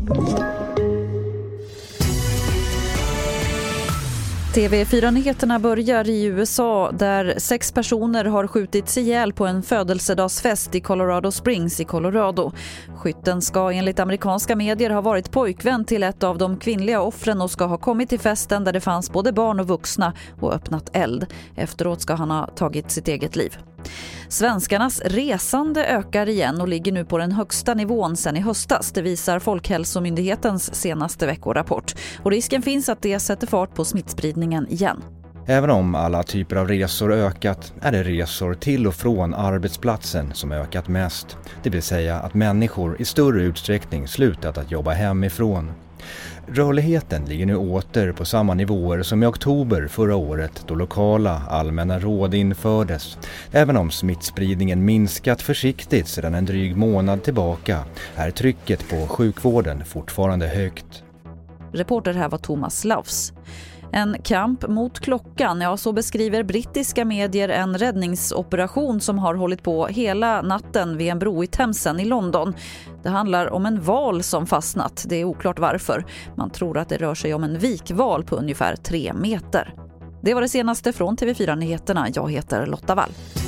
TV4-nyheterna börjar i USA där 6 personer har skjutits ihjäl på en födelsedagsfest i Colorado Springs i Colorado. Skytten ska enligt amerikanska medier ha varit pojkvän till ett av de kvinnliga offren och ska ha kommit till festen där det fanns både barn och vuxna och öppnat eld. Efteråt ska han ha tagit sitt eget liv. Svenskarnas resande ökar igen och ligger nu på den högsta nivån sedan i höstas. Det visar Folkhälsomyndighetens senaste veckorapport. Och risken finns att det sätter fart på smittspridningen igen. Även om alla typer av resor ökat är det resor till och från arbetsplatsen som ökat mest. Det vill säga att människor i större utsträckning slutat att jobba hemifrån. Rörligheten ligger nu åter på samma nivåer som i oktober förra året då lokala allmänna råd infördes. Även om smittspridningen minskat försiktigt sedan en dryg månad tillbaka är trycket på sjukvården fortfarande högt. Reporter här var Thomas Laufs. En kamp mot klockan, ja så beskriver brittiska medier en räddningsoperation som har hållit på hela natten vid en bro i Themsen i London. Det handlar om en val som fastnat, det är oklart varför. Man tror att det rör sig om en vikval på ungefär 3 meter. Det var det senaste från TV4-nyheterna, jag heter Lotta Wall.